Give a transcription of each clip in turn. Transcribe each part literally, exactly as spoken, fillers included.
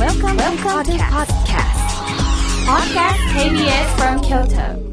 Welcome, Welcome to podcast. Podcast ケービーエス from Kyoto.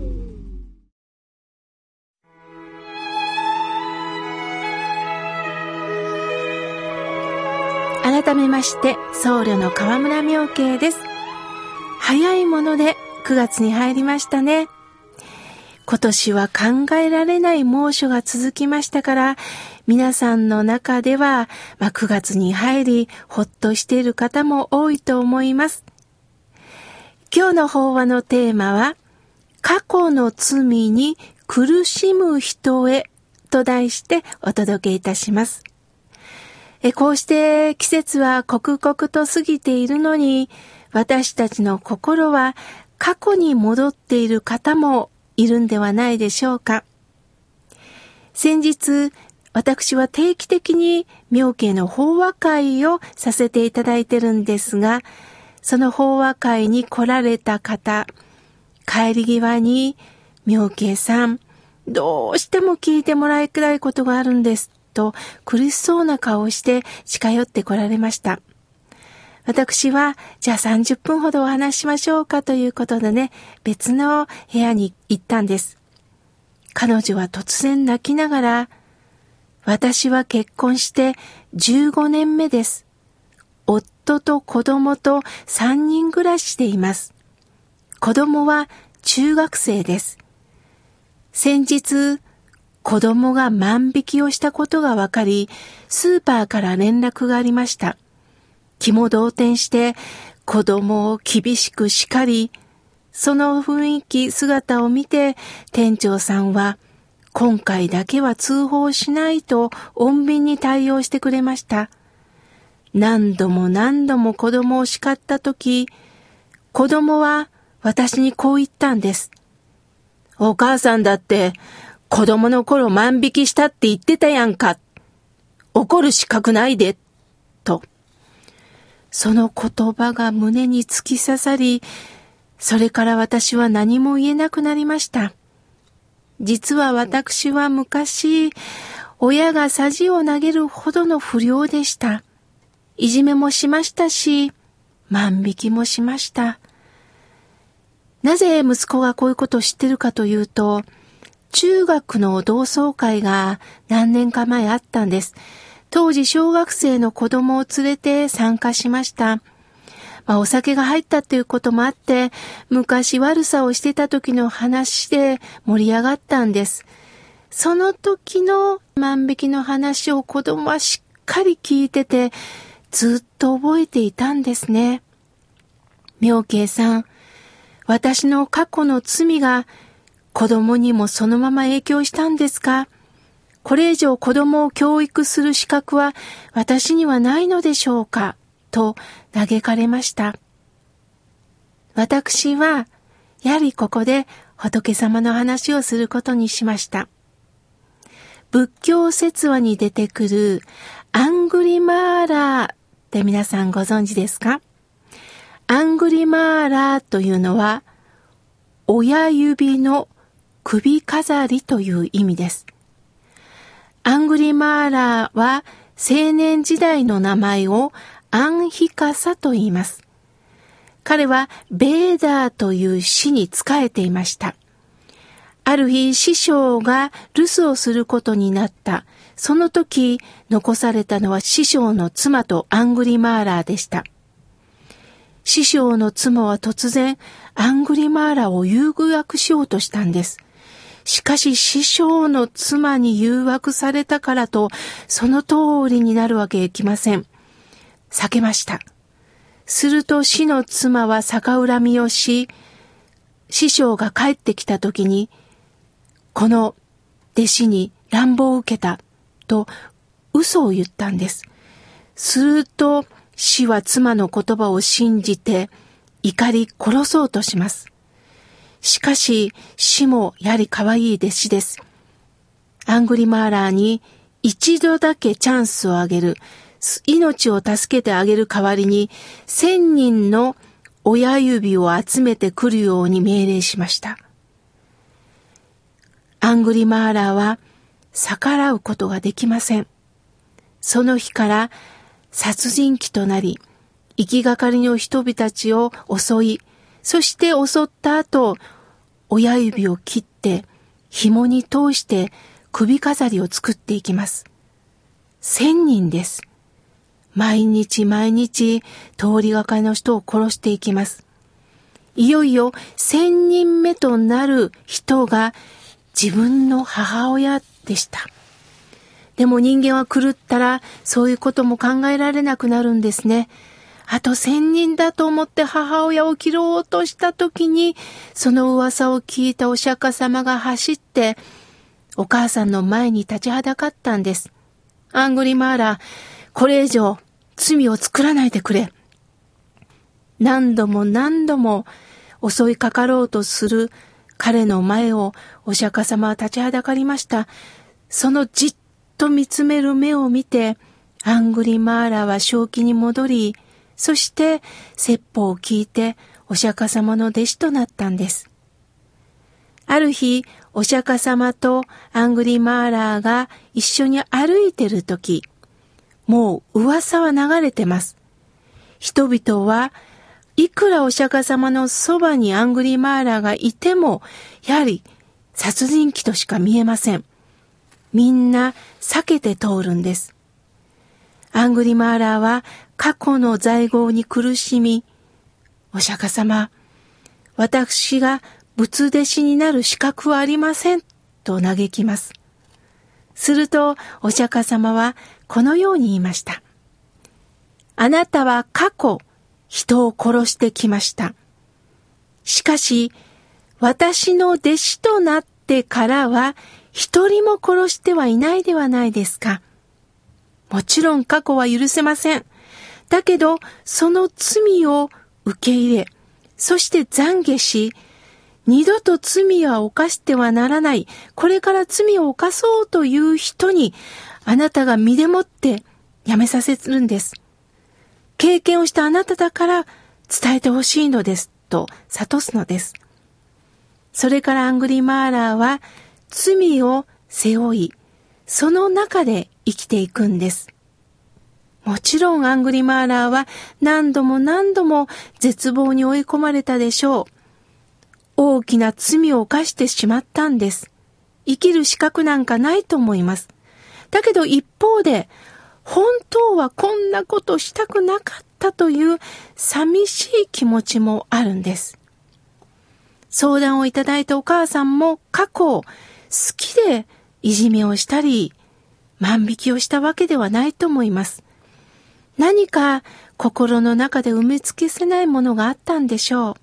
改めまして僧侶の河村妙慶です。早いものでくがつに入りましたね。今年は考えられない猛暑が続きましたから、皆さんの中では、まあ、くがつに入りほっとしている方も多いと思います。今日の法話のテーマは、過去の罪に苦しむ人へと題してお届けいたします。えこうして季節は刻々と過ぎているのに、私たちの心は過去に戻っている方もいるんではないでしょうか。先日、私は定期的に妙慶の法話会をさせていただいてるんですが、その法話会に来られた方、帰り際に妙慶さん、どうしても聞いてもらいたいことがあるんですと苦しそうな顔をして近寄って来られました。私はじゃあさんじゅっぷんほどお話ししましょうかということでね、別の部屋に行ったんです。彼女は突然泣きながら、私は結婚してじゅうごねんめです。夫と子供とさんにん暮らししています。子供は中学生です。先日、子供が万引きをしたことが分かり、スーパーから連絡がありました。気も動転して子供を厳しく叱り、その雰囲気姿を見て店長さんは今回だけは通報しないと穏便に対応してくれました。何度も何度も子供を叱ったとき、子供は私にこう言ったんです。お母さんだって子供の頃万引きしたって言ってたやんか。怒る資格ないで、と。その言葉が胸に突き刺さり、それから私は何も言えなくなりました。実は私は昔、親がさじを投げるほどの不良でした。いじめもしましたし、万引きもしました。なぜ息子がこういうことを知ってるかというと、中学の同窓会が何年か前あったんです。当時小学生の子供を連れて参加しました。まあ、お酒が入ったということもあって、昔悪さをしてた時の話で盛り上がったんです。その時の万引きの話を子供はしっかり聞いてて、ずっと覚えていたんですね。妙慶さん、私の過去の罪が子供にもそのまま影響したんですか？これ以上子供を教育する資格は私にはないのでしょうか？と嘆かれました。私はやはりここで仏様の話をすることにしました。仏教説話に出てくるアングリマーラーって皆さんご存知ですか？アングリマーラーというのは親指の首飾りという意味です。アングリマーラーは青年時代の名前をアンヒカサと言います。彼はベーダーという詩に仕えていました。ある日師匠が留守をすることになった。その時残されたのは師匠の妻とアングリマーラーでした。師匠の妻は突然アングリマーラーを誘惑しようとしたんです。しかし師匠の妻に誘惑されたからとその通りになるわけいきません。避けました。すると師の妻は逆恨みをし、師匠が帰ってきた時に、この弟子に乱暴を受けたと嘘を言ったんです。すると師は妻の言葉を信じて怒り殺そうとします。しかし師もやはり可愛い弟子です。アングリマーラーに一度だけチャンスをあげる、命を助けてあげる代わりに千人の親指を集めてくるように命令しました。アングリマーラーは逆らうことができません。その日から殺人鬼となり、 行きがかりの人々たちを襲い、そして襲った後、親指を切って紐に通して首飾りを作っていきます。千人です。毎日毎日通りがかりの人を殺していきます。いよいよ千人目となる人が自分の母親でした。でも人間は狂ったらそういうことも考えられなくなるんですね。あと千人だと思って母親を切ろうとした時に、その噂を聞いたお釈迦様が走ってお母さんの前に立ちはだかったんです。アングリマーラ、これ以上罪を作らないでくれ。何度も何度も襲いかかろうとする彼の前をお釈迦様は立ちはだかりました。そのじっと見つめる目を見て、アングリマーラは正気に戻り、そして説法を聞いてお釈迦様の弟子となったんです。ある日、お釈迦様とアングリマーラーが一緒に歩いてるとき、もう噂は流れてます。人々はいくらお釈迦様のそばにアングリマーラーがいても、やはり殺人鬼としか見えません。みんな避けて通るんです。アングリマーラーは過去の罪業に苦しみ、お釈迦様、私が仏弟子になる資格はありませんと嘆きます。するとお釈迦様はこのように言いました。あなたは過去人を殺してきました。しかし私の弟子となってからは一人も殺してはいないではないですか。もちろん過去は許せません。だけどその罪を受け入れ、そして懺悔し、二度と罪は犯してはならない、これから罪を犯そうという人にあなたが身でもってやめさせるんです。経験をしたあなただから伝えてほしいのですと諭すのです。それからアングリマーラーは罪を背負い、その中で生きていくんです。もちろんアングリマーラーは何度も何度も絶望に追い込まれたでしょう。大きな罪を犯してしまったんです。生きる資格なんかないと思います。だけど一方で、本当はこんなことしたくなかったという寂しい気持ちもあるんです。相談をいただいたお母さんも過去好きでいじめをしたり万引きをしたわけではないと思います。何か心の中で埋め尽くせないものがあったんでしょう。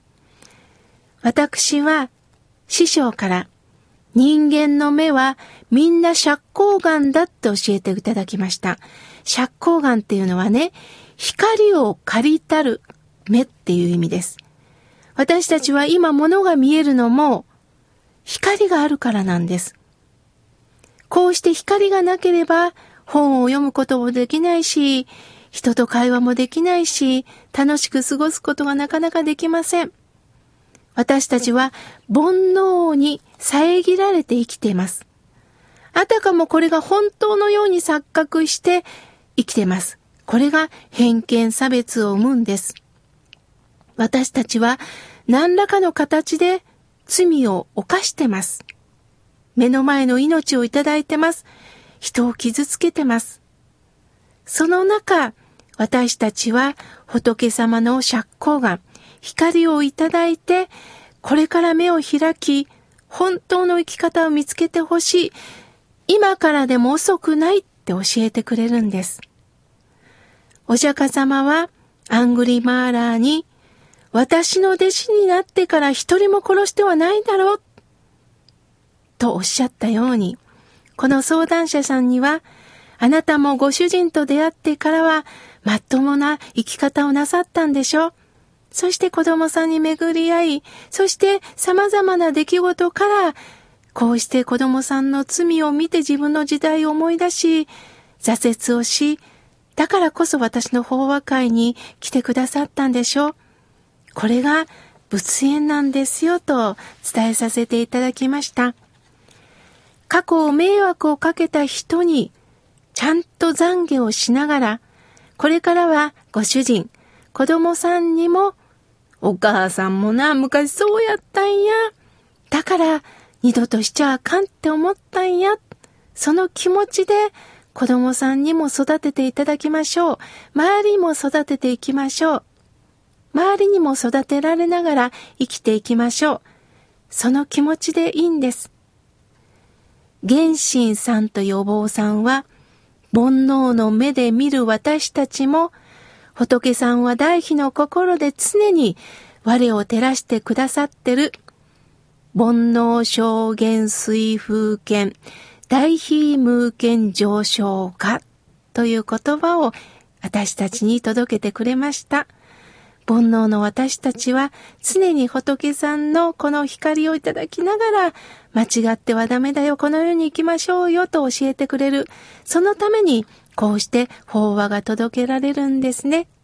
私は師匠から人間の目はみんな釈光眼だって教えていただきました。釈光眼っていうのはね、光を借りたる目っていう意味です。私たちは今物が見えるのも光があるからなんです。こうして光がなければ本を読むこともできないし、人と会話もできないし、楽しく過ごすことがなかなかできません。私たちは煩悩に遮られて生きています。あたかもこれが本当のように錯覚して生きています。これが偏見差別を生むんです。私たちは何らかの形で罪を犯してます。目の前の命をいただいてます。人を傷つけてます。その中、私たちは仏様の釈光眼、光をいただいて、これから目を開き、本当の生き方を見つけてほしい。今からでも遅くないって教えてくれるんです。お釈迦様はアングリマーラーに、私の弟子になってから一人も殺してはないだろうとおっしゃったように、この相談者さんには、あなたもご主人と出会ってからは、まっともな生き方をなさったんでしょ。そして子供さんに巡り合い、そして様々な出来事から、こうして子供さんの罪を見て自分の時代を思い出し、挫折をし、だからこそ私の法話会に来てくださったんでしょう。これが仏縁なんですよと伝えさせていただきました。過去迷惑をかけた人にちゃんと懺悔をしながら、これからはご主人、 子供さんにも、お母さんもな、昔そうやったんや。だから二度としちゃあかんって思ったんや。その気持ちで子供さんにも育てていただきましょう。周りも育てていきましょう。周りにも育てられながら生きていきましょう。その気持ちでいいんです。玄心さんというお坊さんは、煩悩の目で見る私たちも、仏さんは大悲の心で常に我を照らしてくださってる。煩悩証言水風見、大悲無見上昇化という言葉を私たちに届けてくれました。煩悩の私たちは常に仏さんのこの光をいただきながら、間違ってはダメだよ、この世に行きましょうよと教えてくれる。そのためにこうして法話が届けられるんですね。